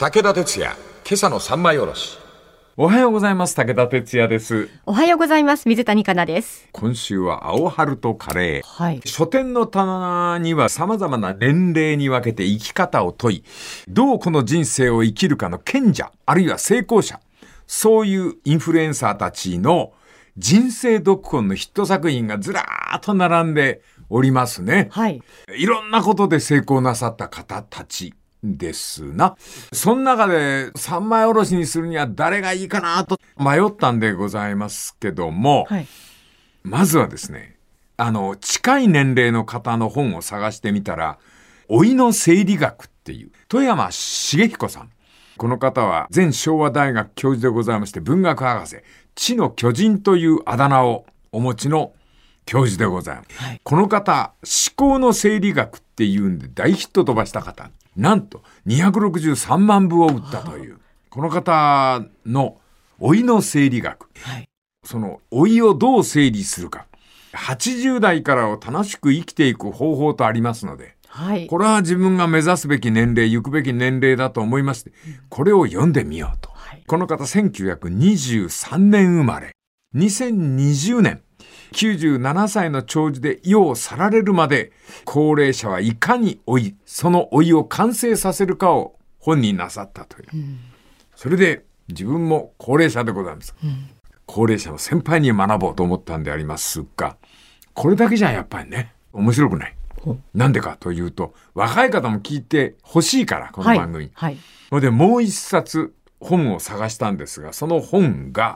武田鉄矢、今朝の三枚おろし。 おはようございます。武田鉄矢です。 おはようございます。水谷香奈です。 今週は青春とカレー、 はい、 書店の棚には様々な年齢に分けて生き方を問い、どうこの人生を生きるかの賢者あるいは成功者、そういうインフルエンサーたちの人生読本のヒット作品がずらーっと並んでおりますね。 はい、 いろんなことで成功なさった方たちですな。その中で三枚おろしにするには誰がいいかなと迷ったんでございますけども、 はい、 まずはですね、近い年齢の方の本を探してみたら、老いの生理学っていう富山茂彦さん。この方は前昭和大学教授でございまして、文学博士、知の巨人というあだ名をお持ちの教授でございます。 はい、 この方、思考の生理学っていうんで大ヒット飛ばした方。なんと263万部を売ったという、この方の老いの生理学。 はい、 その老いをどう整理するか。80代からを楽しく生きていく方法とありますので、 はい、 これは自分が目指すべき年齢、行くべき年齢だと思いまして、これを読んでみようと。 はい、 この方1923年生まれ。2020年。97歳の長寿で世を去られるまで、高齢者はいかに老い、その老いを完成させるかを本になさったという。それで自分も高齢者でございます。高齢者の先輩に学ぼうと思ったんでありますが、これだけじゃやっぱりね、面白くない。なんでかというと、若い方も聞いてほしいから、この番組。 はい。 それでもう一冊本を探したんですが、その本が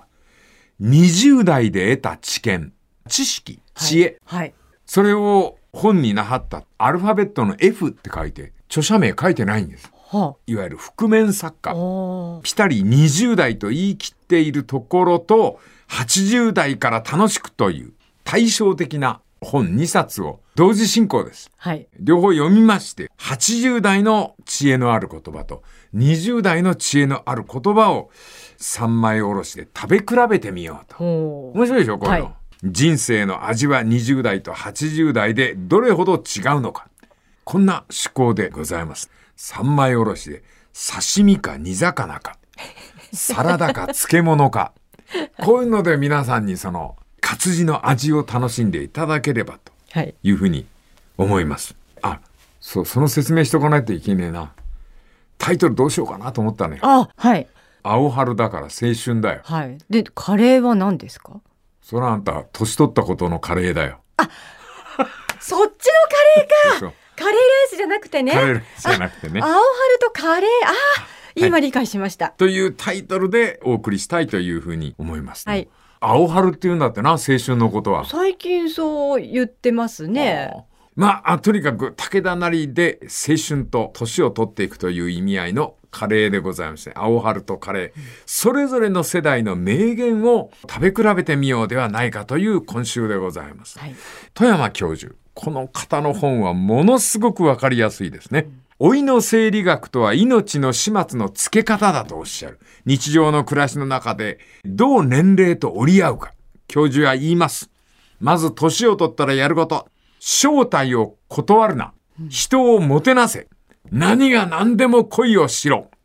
20代で得た知見、知識、知恵、 はいはい、 それを本になはったアルファベットの F って書いて著者名書いてないんです、いわゆる覆面作家。ピタリ20代と言い切っているところと80代から楽しくという対照的な本2冊を同時進行です、 はい、 両方読みまして、80代の知恵のある言葉と20代の知恵のある言葉を三枚おろしで食べ比べてみようと。面白いでしょこれの、はい、人生の味は20代と80代でどれほど違うのか。こんな趣向でございます。三枚おろしで刺身か煮魚かサラダか漬物かこういうので皆さんにその活字の味を楽しんでいただければというふうに思います、はい、その説明しとかないといけねえな。タイトルどうしようかなと思ったのよ。 はい、 青春だから青春だよ。 はい、でカレーは何ですか？ それはあんた年取ったことのカレーだよ。 そっちのカレーか。カレーライスじゃなくてね。 カレーライスじゃなくてね。 青春とカレー、今理解しました、 というタイトルでお送りしたいというふうに思いますね、 はい、 青春っていうんだってな、青春のことは。 最近そう言ってますね。 とにかく武田なりで青春と年を取っていくという意味合いのカレーでございまして、青春とカレー、それぞれの世代の名言を食べ比べてみようではないかという今週でございます、はい、富山教授、この方の本はものすごくわかりやすいですね、老いの生理学とは命の始末のつけ方だとおっしゃる。日常の暮らしの中でどう年齢と折り合うか、教授は言います。まず年を取ったらやること、招待を断るな、人をもてなせ、何が何でも恋をしろ。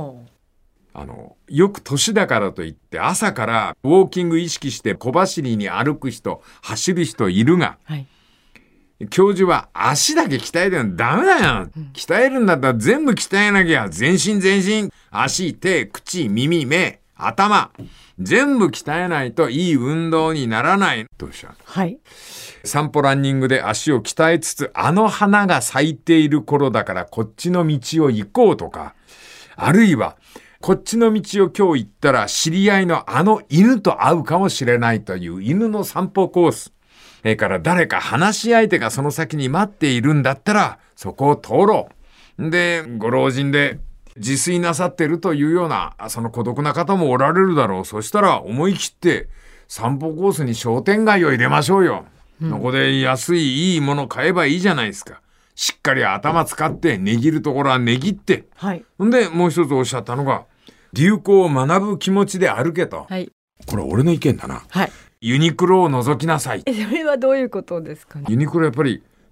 よく年だからといって朝からウォーキング意識して小走りに歩く人、走る人いるが、はい、教授は足だけ鍛えてるのダメだよ、鍛えるんだったら全部鍛えなきゃ、全身足、手、口、耳、目、頭全部鍛えないといい運動にならないとおっしゃる、はい、散歩ランニングで足を鍛えつつ、花が咲いている頃だからこっちの道を行こうとか、あるいはこっちの道を今日行ったら知り合いの犬と会うかもしれないという犬の散歩コース、から誰か話し相手がその先に待っているんだったらそこを通ろう。で、ご老人で自炊なさってるというようなその孤独な方もおられるだろう。そしたら思い切って散歩コースに商店街を入れましょうよ、そこで安いいいもの買えばいいじゃないですか。しっかり頭使って値切るところは値切って、はい、でもう一つおっしゃったのが流行を学ぶ気持ちで歩けと、はい、これ俺の意見だな、はい、ユニクロを覗きなさい。 それはどういうことですかね。 ユニクロやっぱり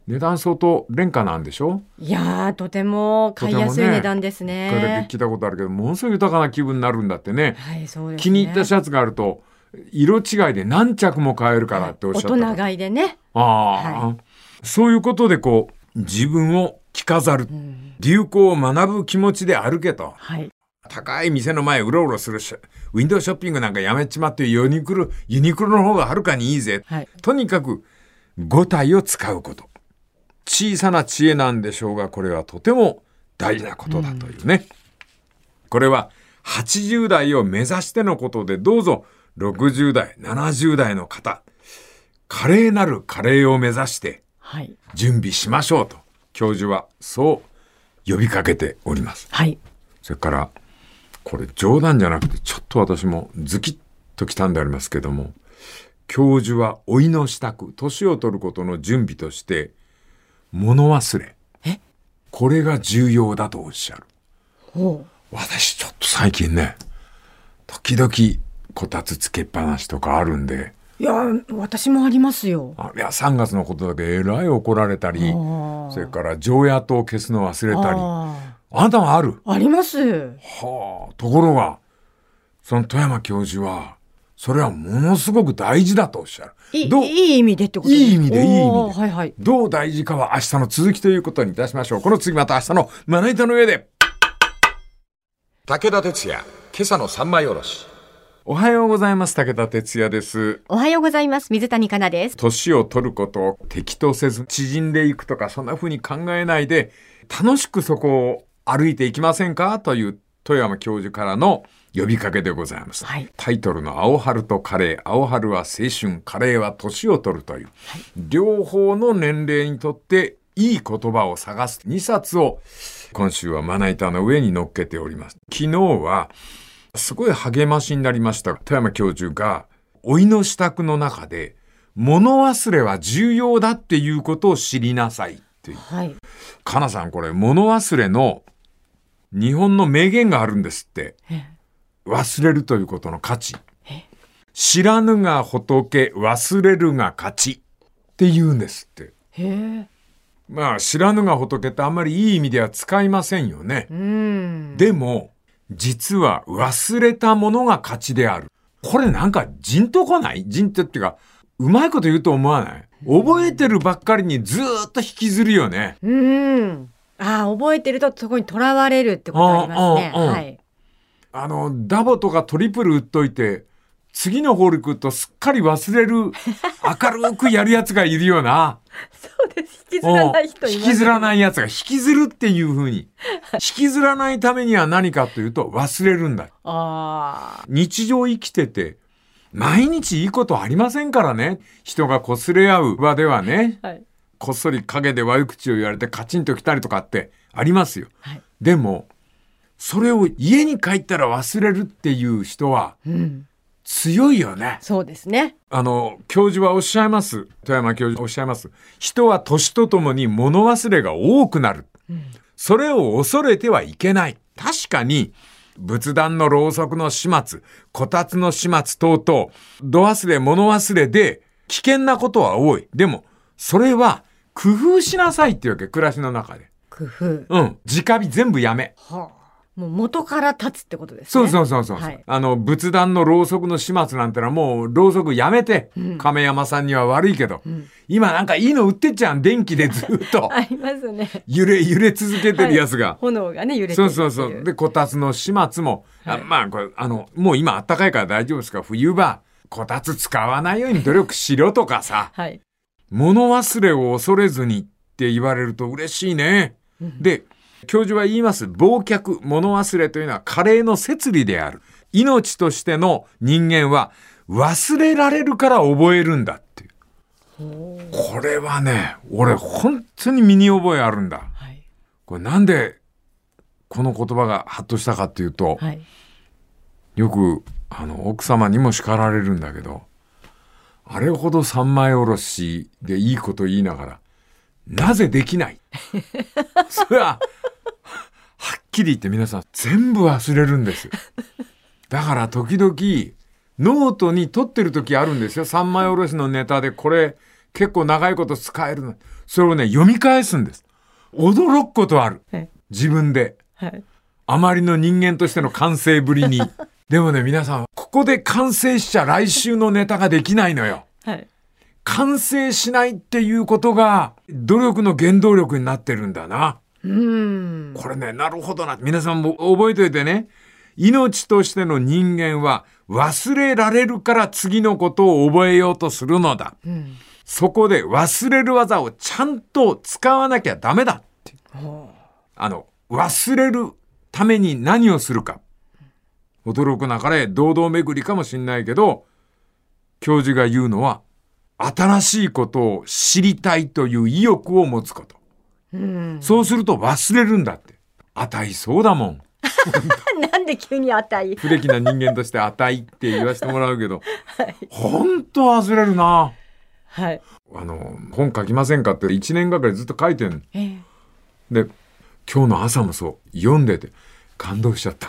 値段相当廉価なんでしょ。 いやー、とても買いやすい値段ですね。 これだけ聞いたことあるけど、ものすごい豊かな気分になるんだってね。 はい、そうですね。 気に入ったシャツがあると色違いで何着も買えるからっておっしゃった、 大人買いでね。 はい、そういうことでこう自分を着飾る、流行を学ぶ気持ちで歩けと、 はい、 高い店の前うろうろするウィンドウショッピングなんかやめちまってユニクロの方がはるかにいいぜ、 はい、 とにかく5体を使うこと、小さな知恵なんでしょうが、これはとても大事なことだというね、これは80代を目指してのことで、どうぞ60代70代の方、華麗なるカレーを目指して準備しましょうと、教授はそう呼びかけております、 はい、 それからこれ冗談じゃなくてちょっと私もズキッときたんでありますけども、教授は老いの支度、年を取ることの準備として物忘れ、これが重要だとおっしゃる。私ちょっと最近ね、時々こたつつけっぱなしとかあるんで。 いや、私もありますよ。 いや、3月のことだけえらい怒られたり、それから常夜灯を消すの忘れたり。あなたはある？ あります。 はあ、ところがその富山教授はそれはものすごく大事だとおっしゃる。 いい意味でってことですか？ いい意味で、いい意味で、 はいはい、 どう大事かは明日の続きということにいたしましょう。この次また明日のまな板の上で。 武田鉄矢、今朝の三枚おろし。 おはようございます。武田鉄矢です。 おはようございます。水谷香奈です。 年を取ることを敵とせず、縮んでいくとかそんな風に考えないで、楽しくそこを歩いていきませんかという富山教授からの呼びかけでございます、はい、タイトルの青春とカレー、青春は青春、カレーは年を取るという、はい、両方の年齢にとっていい言葉を探す2冊を今週はまな板の上に乗っけております。昨日はすごい励ましになりました。富山教授が老いの支度の中で物忘れは重要だっていうことを知りなさいっていう、はい、かなさん、これ物忘れの日本の名言があるんですって。忘れるということの価値。知らぬが仏、忘れるが勝ちって言うんですって。まあ知らぬが仏ってあんまりいい意味では使いませんよね。でも実は忘れたものが勝ちである。これなんかじんとこない？じんとっていうか、うまいこと言うと思わない？覚えてるばっかりにずーっと引きずるよね。 覚えてるとそこにとらわれるってことありますね。はい。 ダボとかトリプル打っといて、次のホール行くとすっかり忘れる、明るくやるやつがいるよな。 そうです。引きずらない人います、 引きずらないやつが引きずるっていう風に。引きずらないためには何かというと忘れるんだ。日常生きてて、毎日いいことありませんからね。人が擦れ合う場ではね。はい、こっそり陰で悪口を言われてカチンと来たりとかってありますよ。はい、でも、それを家に帰ったら忘れるっていう人は、強いよね。 そうですね。 教授はおっしゃいます。富山教授おっしゃいます。人は年とともに物忘れが多くなる。それを恐れてはいけない。確かに、仏壇のろうそくの始末、こたつの始末等々、度忘れ、物忘れで危険なことは多い。でも、それは工夫しなさいっていうわけ、暮らしの中で。 工夫。 直火全部やめ。 もう元から立つってことですね。 そう、はい、仏壇のろうそくの始末なんてのはもうろうそくやめて、亀山さんには悪いけど、今なんかいいの売ってっちゃん、電気でずっとありますね。 揺れ続けてるやつが、 炎がね揺れてる。 そうで、こたつの始末も、これもう今暖かいから大丈夫ですか、冬場こたつ使わないように努力しろとかさ、物忘れを恐れずにって言われると嬉しいね。で、教授は言います。忘却、物忘れというのは加齢の摂理である。命としての人間は忘れられるから覚えるんだっていう。これはね、俺本当に身に覚えあるんだ。これなんでこの言葉がハッとしたかっていうと、よく奥様にも叱られるんだけど、あれほど三枚おろしでいいこと言いながら、なぜできない？それははっきり言って皆さん全部忘れるんです。だから時々ノートに取ってる時あるんですよ。三枚おろしのネタでこれ結構長いこと使えるの。それをね、読み返すんです。驚くことある。自分で。 はい。 あまりの人間としての完成ぶりに。でもね、皆さん、ここで完成しちゃ来週のネタができないのよ。 はい。 完成しないっていうことが努力の原動力になってるんだな。これね、なるほどな。皆さんも覚えておいてね。命としての人間は忘れられるから次のことを覚えようとするのだ。そこで忘れる技をちゃんと使わなきゃダメだって。忘れるために何をするか。驚くなかれ堂々巡りかもしんないけど、教授が言うのは、新しいことを知りたいという意欲を持つこと。そうすると忘れるんだって。値そうだもん。 なんで急に値？ 不出来な人間として値って言わせてもらうけど、ほんと忘れるな。 はい。 本書きませんかって1年がかりずっと書いてる、で、今日の朝もそう読んでて感動しちゃった。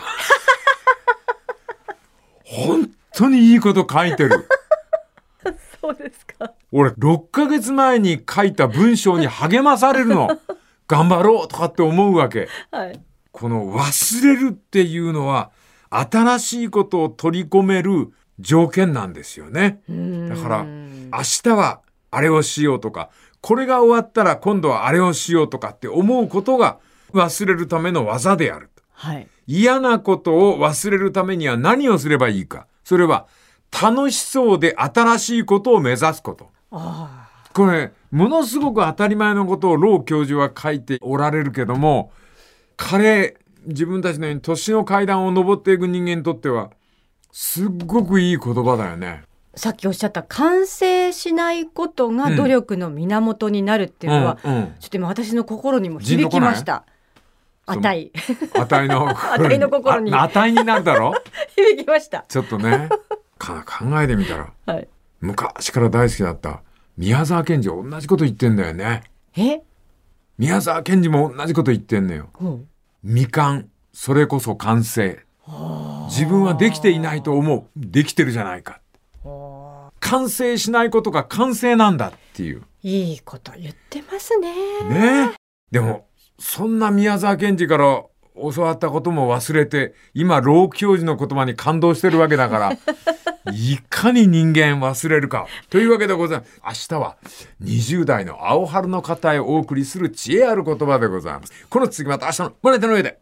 本当にいいこと書いてる。 そうですか。 俺6ヶ月前に書いた文章に励まされるの。頑張ろうとかって思うわけ。 はい。 この忘れるっていうのは新しいことを取り込める条件なんですよね。だから明日はあれをしようとか、これが終わったら今度はあれをしようとかって思うことが忘れるための技である。 はい。 嫌なことを忘れるためには何をすればいいか。それは楽しそうで新しいことを目指すこと。これものすごく当たり前のことをロー教授は書いておられるけども、自分たちのように年の階段を登っていく人間にとってはすっごくいい言葉だよね。 さっきおっしゃった完成しないことが努力の源になるっていうのは、ちょっと今私の心にも響きました。値の心に値になるだろ。 響きました。 ちょっとね考えてみたら、はい、昔から大好きだった宮沢賢治同じこと言ってんだよね。宮沢賢治も同じこと言ってんのよ。未完、それこそ完成。自分はできていないと思う。できてるじゃないか。完成しないことが完成なんだっていう。 いいこと言ってますね。 ね。でもそんな宮沢賢治から教わったことも忘れて、今老教授の言葉に感動してるわけだからいかに人間忘れるかというわけでございます。明日は20代の青春の方へお送りする知恵ある言葉でございます。この次また明日のまな板の上で。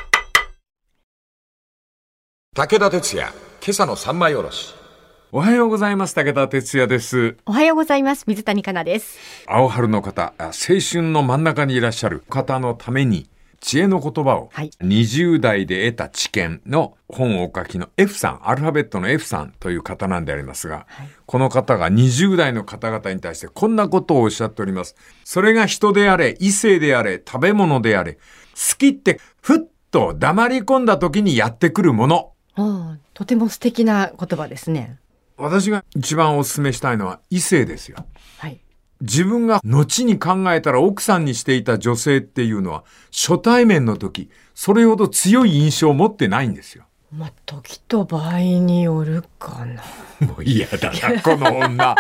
武田鉄矢、今朝の三枚おろし。 おはようございます。武田鉄矢です。 おはようございます。水谷香奈です。 青春の方、青春の真ん中にいらっしゃる方のために知恵の言葉を、20代で得た知見の本をお書きの F さん、アルファベットの F さんという方なんでありますが、この方が20代の方々に対してこんなことをおっしゃっております。それが人であれ、異性であれ、食べ物であれ、好きってふっと黙り込んだ時にやってくるもの。 とても素敵な言葉ですね。 私が一番お勧めしたいのは異性ですよ。自分が後に考えたら奥さんにしていた女性っていうのは初対面の時それほど強い印象を持ってないんですよ。 時と場合によるかな。 もう嫌だなこの女。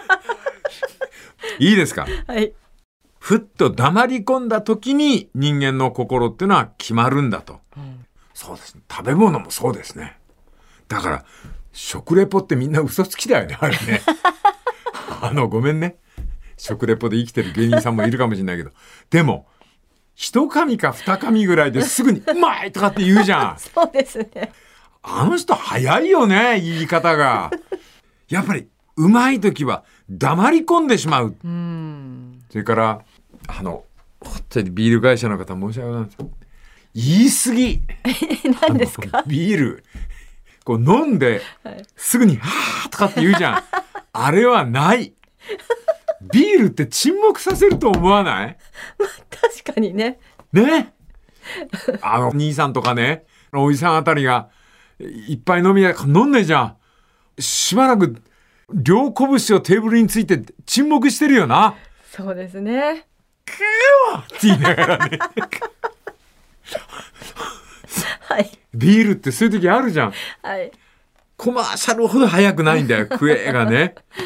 いいですか。ふっと黙り込んだ時に人間の心っていうのは決まるんだと。そうですね。食べ物もそうですね。だから食レポってみんな嘘つきだよね、あれね。ごめんね。食レポで生きてる芸人さんもいるかもしれないけど。でも、一噛みか二噛みぐらいですぐに、うまいとかって言うじゃん。 そうですね。 あの人早いよね、言い方が。やっぱり、うまい時は黙り込んでしまう。それから、本当にビール会社の方申し訳ないんですけど、言い過ぎ。 何ですか？ ビール。こう飲んで、すぐに、はーとかって言うじゃん。あれはない。ビールって沈黙させると思わない？ 確かにね。 ね。兄さんとかね、おじさんあたりが、いっぱい飲んねえじゃん。しばらく、両拳をテーブルについて沈黙してるよな。 そうですね。 くーって言いながらね。ビールってそういう時あるじゃん。コマーシャルほど早くないんだよ、クエがね。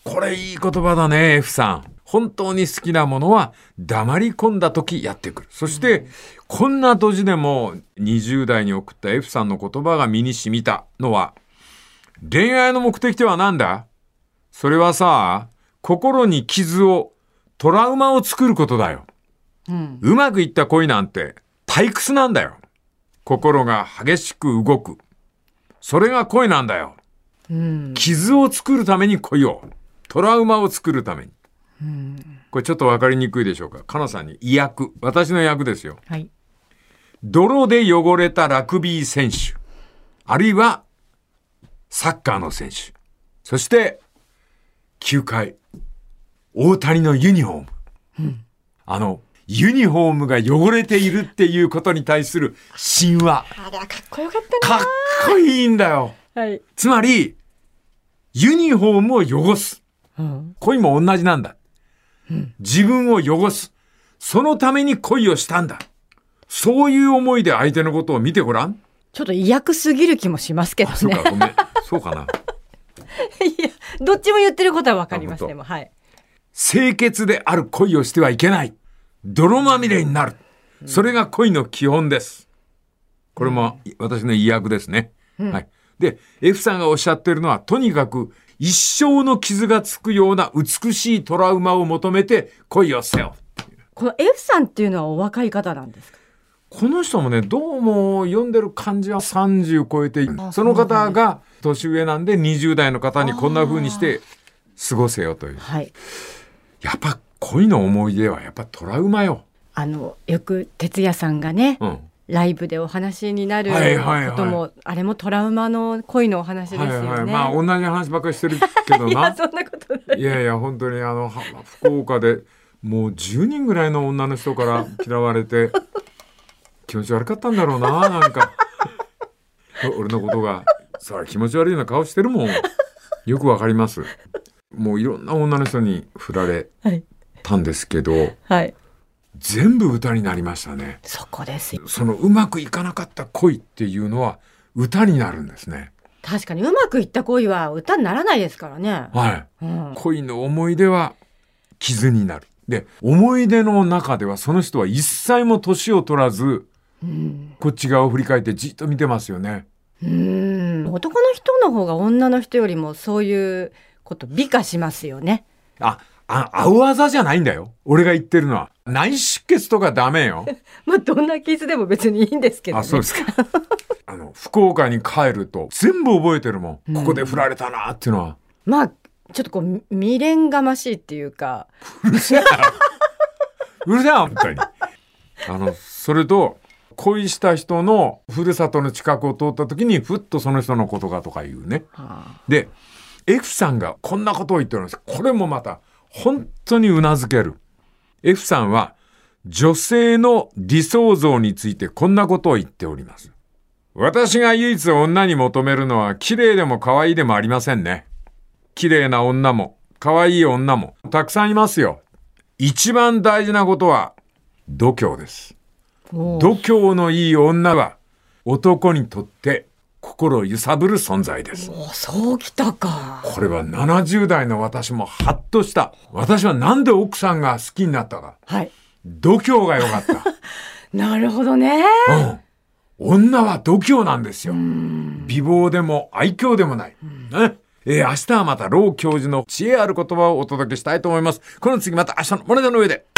これいい言葉だね、F さん。本当に好きなものは黙り込んだ時やってくる。そして、こんな年でも20代に送った F さんの言葉が身に染みたのは、恋愛の目的とは何だ？それはさ、心に傷を、トラウマを作ることだよ。うまくいった恋なんて退屈なんだよ。心が激しく動く。それが恋なんだよ。傷を作るために恋を。トラウマを作るために。これちょっと分かりにくいでしょうか。かなさんに意訳。私の訳ですよ。 はい。 泥で汚れたラグビー選手。あるいはサッカーの選手。そして球界。大谷のユニフォーム。ユニフォームが汚れているっていうことに対する神話。 あれはかっこよかったな。 かっこいいんだよ。 はい。 つまり、ユニフォームを汚す。恋も同じなんだ。自分を汚す。そのために恋をしたんだ。そういう思いで相手のことを見てごらん。 ちょっと意訳すぎる気もしますけどね。 そうか、ごめん。そうかな。 いや、どっちも言ってることはわかります。でも、はい。 清潔である恋をしてはいけない。泥まみれになる。それが恋の基本です。これも私の意訳ですね。はい。で、F さんがおっしゃってるのは、とにかく一生の傷がつくような美しいトラウマを求めて恋をせよ。 この F さんっていうのはお若い方なんですか？ この人もね、どうも読んでる感じは30超えて、その方が年上なんで20代の方にこんな風にして過ごせよという。 はい。 やっぱ恋の思い出はやっぱトラウマよ。 よく哲也さんがね、ライブでお話になることも、あれもトラウマの恋のお話ですよね。 まあ同じ話ばっかりしてるけどな。 いや、そんなことない。 いやいや、本当に福岡でもう10人ぐらいの女の人から嫌われて気持ち悪かったんだろうな、なんか。俺のことがさ、気持ち悪いような顔してるもん。よくわかります。もういろんな女の人に振られたんですけど、 はい、 全部歌になりましたね。 そこですよ。 そのうまくいかなかった恋っていうのは歌になるんですね。 確かにうまくいった恋は歌にならないですからね。 はい。恋の思い出は傷になる。で、思い出の中ではその人は一切も年を取らず、こっち側を振り返ってじっと見てますよね。 男の人の方が女の人よりもそういうこと美化しますよね。 青あざじゃないんだよ。俺が言ってるのは内出血とかダメよ。 まあどんな傷でも別にいいんですけどね。 そうですか。福岡に帰ると全部覚えてるもん。ここで振られたなっていうのは。 まあちょっとこう未練がましいっていうか。 うるせえ本当に。それと恋した人のふるさとの近くを通った時にふっとその人のことがとか言うね。で F さんがこんなことを言ってるんです。これもまた本当にうなずける。F さんは女性の理想像についてこんなことを言っております。私が唯一女に求めるのは綺麗でも可愛いでもありませんね。綺麗な女も可愛い女もたくさんいますよ。一番大事なことは度胸です。度胸のいい女は男にとって心を揺さぶる存在です。 そうきたか。 これは70代の私もハッとした。私はなんで奥さんが好きになったか。 はい。 度胸が良かった。 なるほどね。 女は度胸なんですよ。美貌でも愛嬌でもない。明日はまた老教授の知恵ある言葉をお届けしたいと思います。この次また明日のモニターの上で。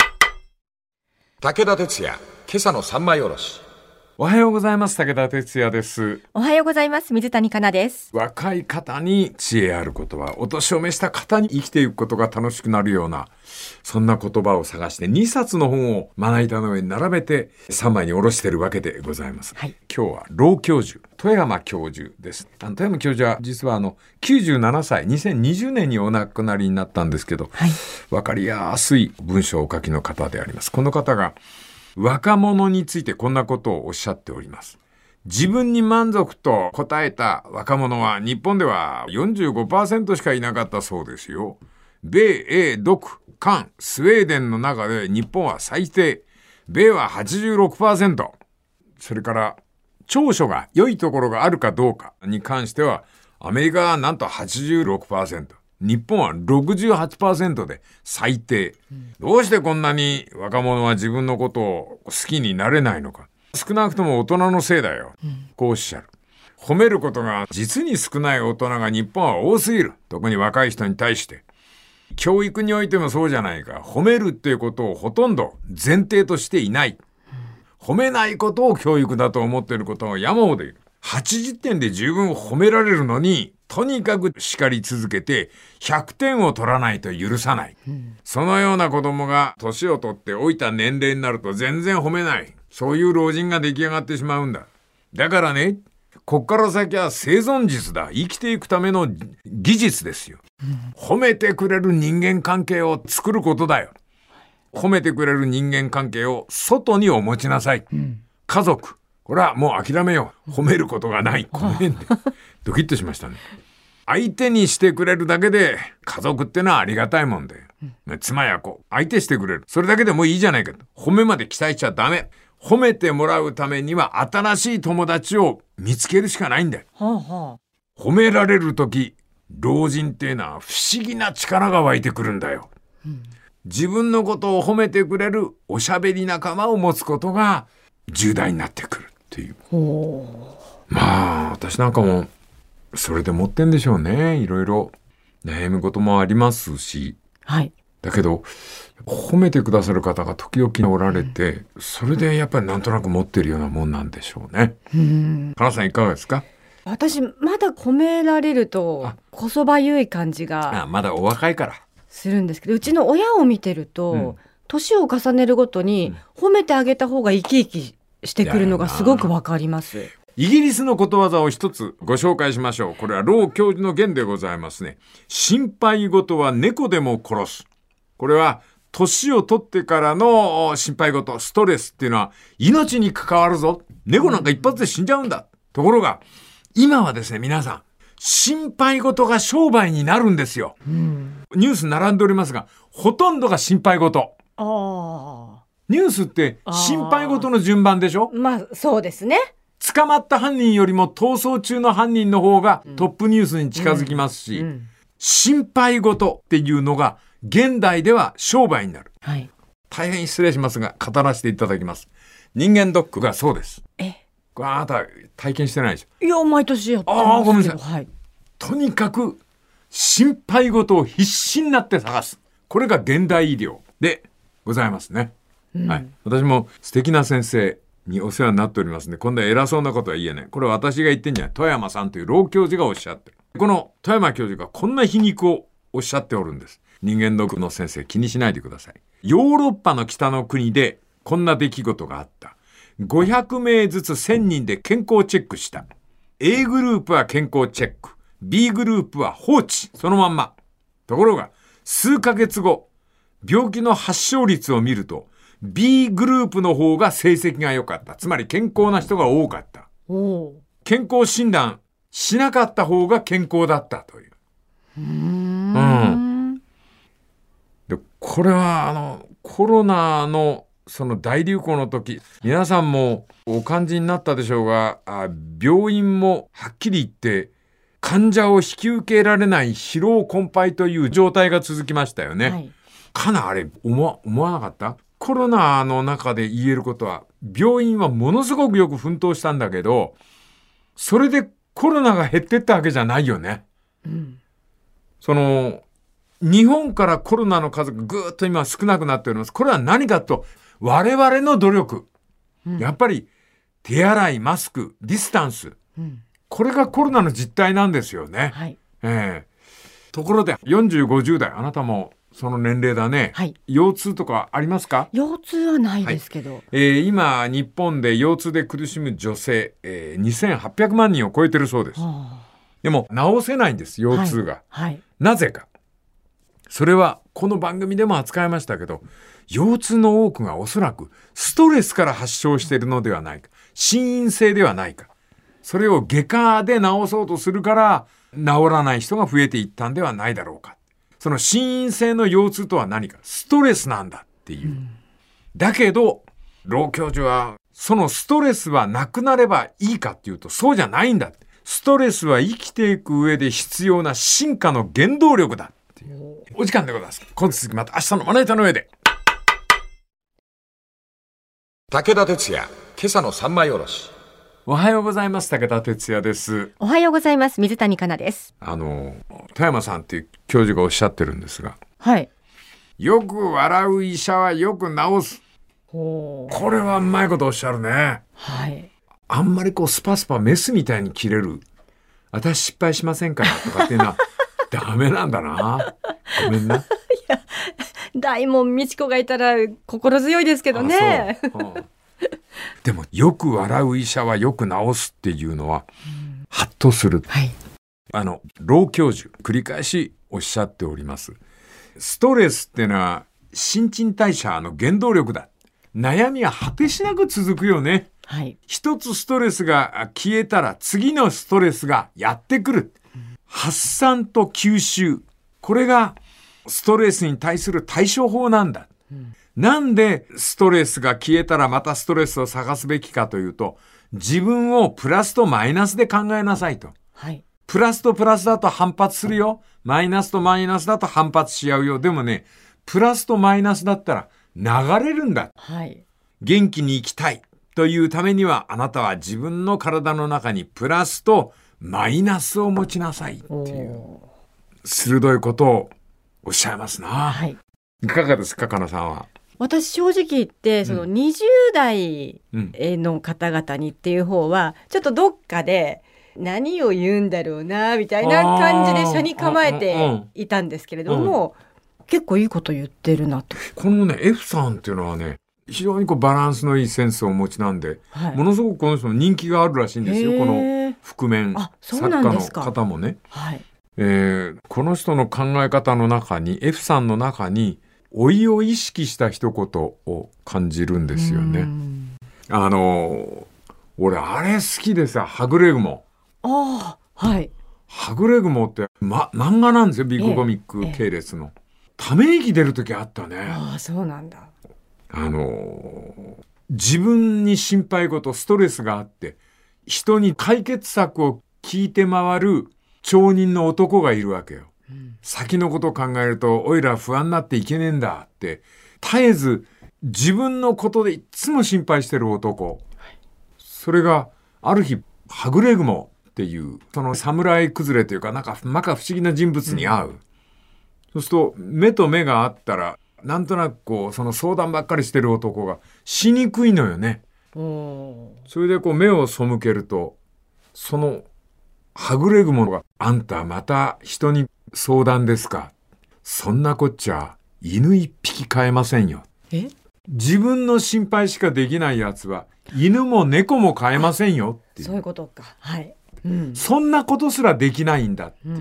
武田鉄矢、今朝の三枚おろし。 おはようございます。武田哲也です。 おはようございます。水谷香奈です。 若い方に知恵ある言葉、お年を召した方に生きていくことが楽しくなるような、そんな言葉を探して2冊の本をまな板の上に並べて3枚に下ろしているわけでございます。はい、今日は老教授、富山教授です。富山教授は実は97歳、2020年にお亡くなりになったんですけど、わかりやすい文章をお書きの方であります。この方が若者についてこんなことをおっしゃっております。自分に満足と答えた若者は日本では 45% しかいなかったそうですよ。米、英、独、韓、スウェーデンの中で日本は最低。米は 86%。それから長所が良いところがあるかどうかに関してはアメリカはなんと 86%。 日本は 68% で最低、どうしてこんなに若者は自分のことを好きになれないのか。少なくとも大人のせいだよ、こうおっしゃる。褒めることが実に少ない大人が日本は多すぎる。特に若い人に対して。教育においてもそうじゃないか。褒めるっていうことをほとんど前提としていない。褒めないことを教育だと思っていることが山ほどいる。80点で十分褒められるのに、とにかく叱り続けて100点を取らないと許さない、そのような子供が年を取って老いた年齢になると全然褒めない。そういう老人が出来上がってしまうんだ。だからね、こっから先は生存術だ。生きていくための技術ですよ、褒めてくれる人間関係を作ることだよ。褒めてくれる人間関係を外にお持ちなさい、家族、これはもう諦めよう。褒めることがない。この辺でドキッとしましたね。相手にしてくれるだけで家族ってのはありがたいもんで、妻や子相手してくれる、それだけでもういいじゃないかと。褒めまで期待しちゃダメ。褒めてもらうためには新しい友達を見つけるしかないんだよ、褒められるとき老人っていうのは不思議な力が湧いてくるんだよ、自分のことを褒めてくれるおしゃべり仲間を持つことが重大になってくるっていう。まあ私なんかもそれで持ってんでしょうね。いろいろ悩むこともありますし、だけど褒めてくださる方が時々おられて、それでやっぱりなんとなく持ってるようなもんなんでしょうね。原さんいかがですか？ 私まだ褒められるとこそばゆい感じがまだお若いからするんですけど、うちの親を見てると、年を重ねるごとに褒めてあげた方が生き生きしてくるのがすごくわかります。 イギリスのことわざを一つご紹介しましょう。これは老教授の言でございますね。心配事は猫でも殺す。これは年を取ってからの心配事、ストレスっていうのは命に関わるぞ。猫なんか一発で死んじゃうんだ。ところが今はですね、皆さん心配事が商売になるんですよ、ニュース並んでおりますが、ほとんどが心配事。ニュースって心配事の順番でしょ。 まあそうですね。 捕まった犯人よりも逃走中の犯人の方がトップニュースに近づきますし、心配事っていうのが現代では商売になる、大変失礼しますが語らせていただきます。人間ドックがそうです。これあなた体験してないでしょ。 いや毎年やってますけど。 ごめんなさい、とにかく心配事を必死になって探す。これが現代医療でございますね、私も素敵な先生にお世話になっておりますね。今度は偉そうなことは言えない。これは私が言ってんじゃない。富山さんという老教授がおっしゃってる。この富山教授がこんな皮肉をおっしゃっておるんです。人間ドックの先生気にしないでください。ヨーロッパの北の国でこんな出来事があった。500名ずつ1000人で健康チェックした。 A グループは健康チェック、 B グループは放置、そのまんま。ところが数ヶ月後、病気の発症率を見るとB グループの方が成績が良かった。つまり健康な人が多かった。健康診断しなかった方が健康だったという。でこれはコロナのその大流行の時、皆さんもお感じになったでしょうが、病院もはっきり言って患者を引き受けられない疲労困憊という状態が続きましたよね、かなあれ思わなかった？コロナの中で言えることは、病院はものすごくよく奮闘したんだけど、それでコロナが減ってったわけじゃないよね、日本からコロナの数がぐーっと今少なくなっております。これは何かと我々の努力、やっぱり手洗い、マスク、ディスタンス、これがコロナの実態なんですよね、ところで40、50代、あなたもその年齢だね、腰痛とかありますか？ 腰痛はないですけど、 今日本で腰痛で苦しむ女性、2800万人を超えてるそうです。でも治せないんです、腰痛が、なぜか。それはこの番組でも扱いましたけど、腰痛の多くがおそらくストレスから発症しているのではないか、心因性ではないか、それを外科で治そうとするから治らない人が増えていったんではないだろうか。その心因性の腰痛とは何か、ストレスなんだっていう、だけど老教授はそのストレスはなくなればいいかっていうとそうじゃないんだ。 ストレスは生きていく上で必要な進化の原動力だっていうお時間でございます。今続きまた明日のまな板の上で。 武田鉄矢、今朝の三枚おろし。 おはようございます。武田鉄矢です。 おはようございます。水谷香奈です。 田山さんっていう教授がおっしゃってるんですが、 はい。 よく笑う医者はよく治す。これはうまいことおっしゃるね。 はい。 あんまりこうスパスパメスみたいに切れる。私失敗しませんからとかっていうのはダメなんだな。ごめんな。いや、大門みち子がいたら心強いですけどね。 でもよく笑う医者はよく治すっていうのは、ハッとする。 はい。 老教授繰り返しおっしゃっております。ストレスってのは新陳代謝の原動力だ。悩みは果てしなく続くよね。 はい。 一つストレスが消えたら次のストレスがやってくる。発散と吸収。これがストレスに対する対処法なんだ。なんでストレスが消えたらまたストレスを探すべきかというと、自分をプラスとマイナスで考えなさいと。 はい。 プラスとプラスだと反発するよ。マイナスとマイナスだと反発し合うよ。でもね、プラスとマイナスだったら流れるんだ。 はい。元気に生きたいというためには、あなたは自分の体の中にプラスとマイナスを持ちなさいっていう鋭いことをおっしゃいますな。 はい。 いかがですか、かなさんは。 私正直言ってその20代の方々にっていう方はちょっとどっかで何を言うんだろうなみたいな感じで車に構えていたんですけれども、結構いいこと言ってるなと。 このね F さんっていうのはね、非常にこうバランスのいいセンスをお持ちなんで、はい、ものすごくこの人の人気があるらしいんですよ。この覆面作家の方もね、 はい。 この人の考え方の中に F さんの中に老いを意識した一言を感じるんですよね。俺あれ好きでさ、はぐれ雲。 ああ、はい。 はぐれ雲って、漫画なんですよ。ビッグコミック系列の。ため息出る時あったね。 ああ、そうなんだ。 自分に心配事、ストレスがあって、人に解決策を聞いて回る町人の男がいるわけよ。先のことを考えるとおいら不安になっていけねえんだって絶えず自分のことでいつも心配してる男、それがある日はぐれ雲っていうその侍崩れというかなんか摩訶不思議な人物に会う、そうすると目と目が合ったらなんとなくこうその相談ばっかりしてる男がしにくいのよね。それでこう目を背けるとそのはぐれ雲があんたまた人に相談ですか。そんなこっちゃ犬一匹飼えませんよ。自分の心配しかできないやつは犬も猫も飼えませんよっていう。 そういうことか。はい。 そんなことすらできないんだっていう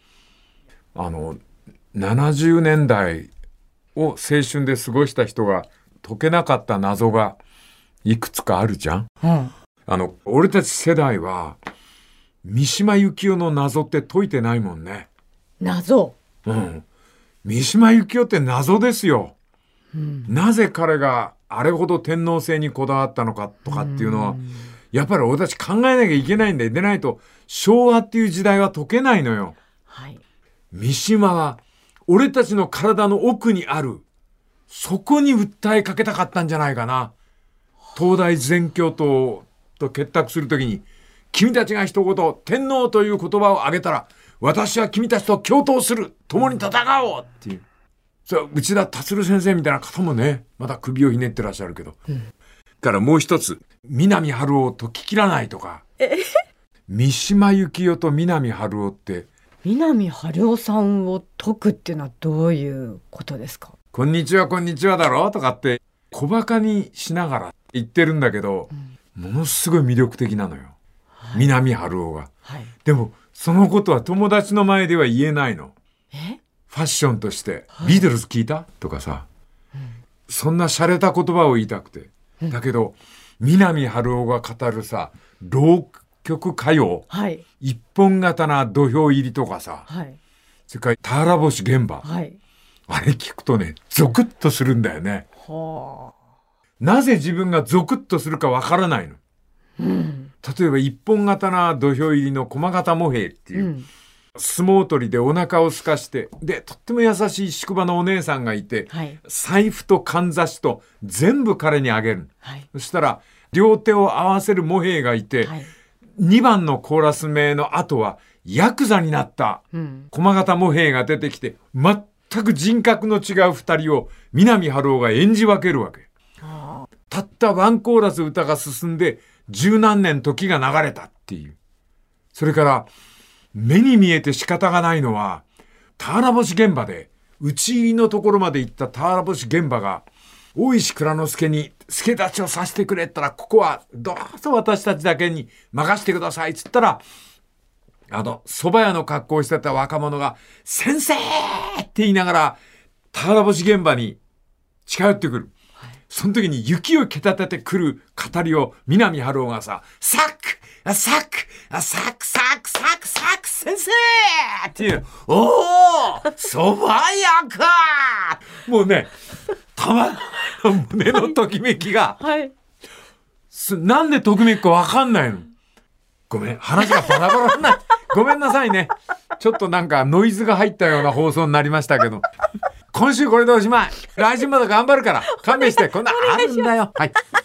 。70年代を青春で過ごした人が解けなかった謎がいくつかあるじゃん。俺たち世代は三島由紀夫の謎って解いてないもんね。 謎。 三島由紀夫って謎ですよ。なぜ彼があれほど天皇制にこだわったのかとかっていうのは、やっぱり俺たち考えなきゃいけないんで、でないと昭和っていう時代は解けないのよ。 はい、 三島は俺たちの体の奥にある、そこに訴えかけたかったんじゃないかな。東大全教頭と結託するときに、君たちが一言天皇という言葉を挙げたら私は君たちと共闘する、共に戦おうっていう。内田達先生みたいな方もね、まだ首をひねってらっしゃるけど、からもう一つ南春夫と聞きらないとか、三島由紀夫と南春夫って、 南春夫さんを解くっていうのはどういうことですか。 こんにちはこんにちはだろとかって小馬鹿にしながら言ってるんだけど、ものすごい魅力的なのよ、南春夫が。でもそのことは友達の前では言えないの。ファッションとして、ビートルズ聞いたとかさ、そんな洒落た言葉を言いたくて、だけど南春夫が語るさ、浪曲歌謡、一本刀な土俵入りとかさ、それから田原星現場、あれ聞くとね、ゾクッとするんだよね。なぜ自分がゾクッとするかわからないの。 例えば一本刀土俵入りの駒形茂兵っていう、相撲取りでお腹を空かしてでとっても優しい宿場のお姉さんがいて、財布とかんざしと全部彼にあげる、そしたら両手を合わせる茂兵がいて、2番のコーラス名の後はヤクザになった駒形茂兵が出てきて、全く人格の違う2人を南春夫が演じ分けるわけ。たったワンコーラス歌が進んで十何年時が流れたっていう。それから目に見えて仕方がないのは、俵星現場で討ち入りのところまで行った俵星現場が大石内蔵助に助太刀をさせてくれったら、ここはどうぞ私たちだけに任せてくださいっつったら、蕎麦屋の格好をしてた若者が先生って言いながら俵星現場に近寄ってくる。その時に雪を蹴立ててくる語りを南春夫がさ、サックサックサックサックサックサック先生っていう、おー蕎麦屋かもうね、たまらないの胸のときめきが、なんでときめくかわかんないの。ごめん、話がバラバラになってごめんなさいね。ちょっとなんかノイズが入ったような放送になりましたけど、今週これでおしまい。来週まで頑張るから勘弁して。こんなあるんだよ。はい。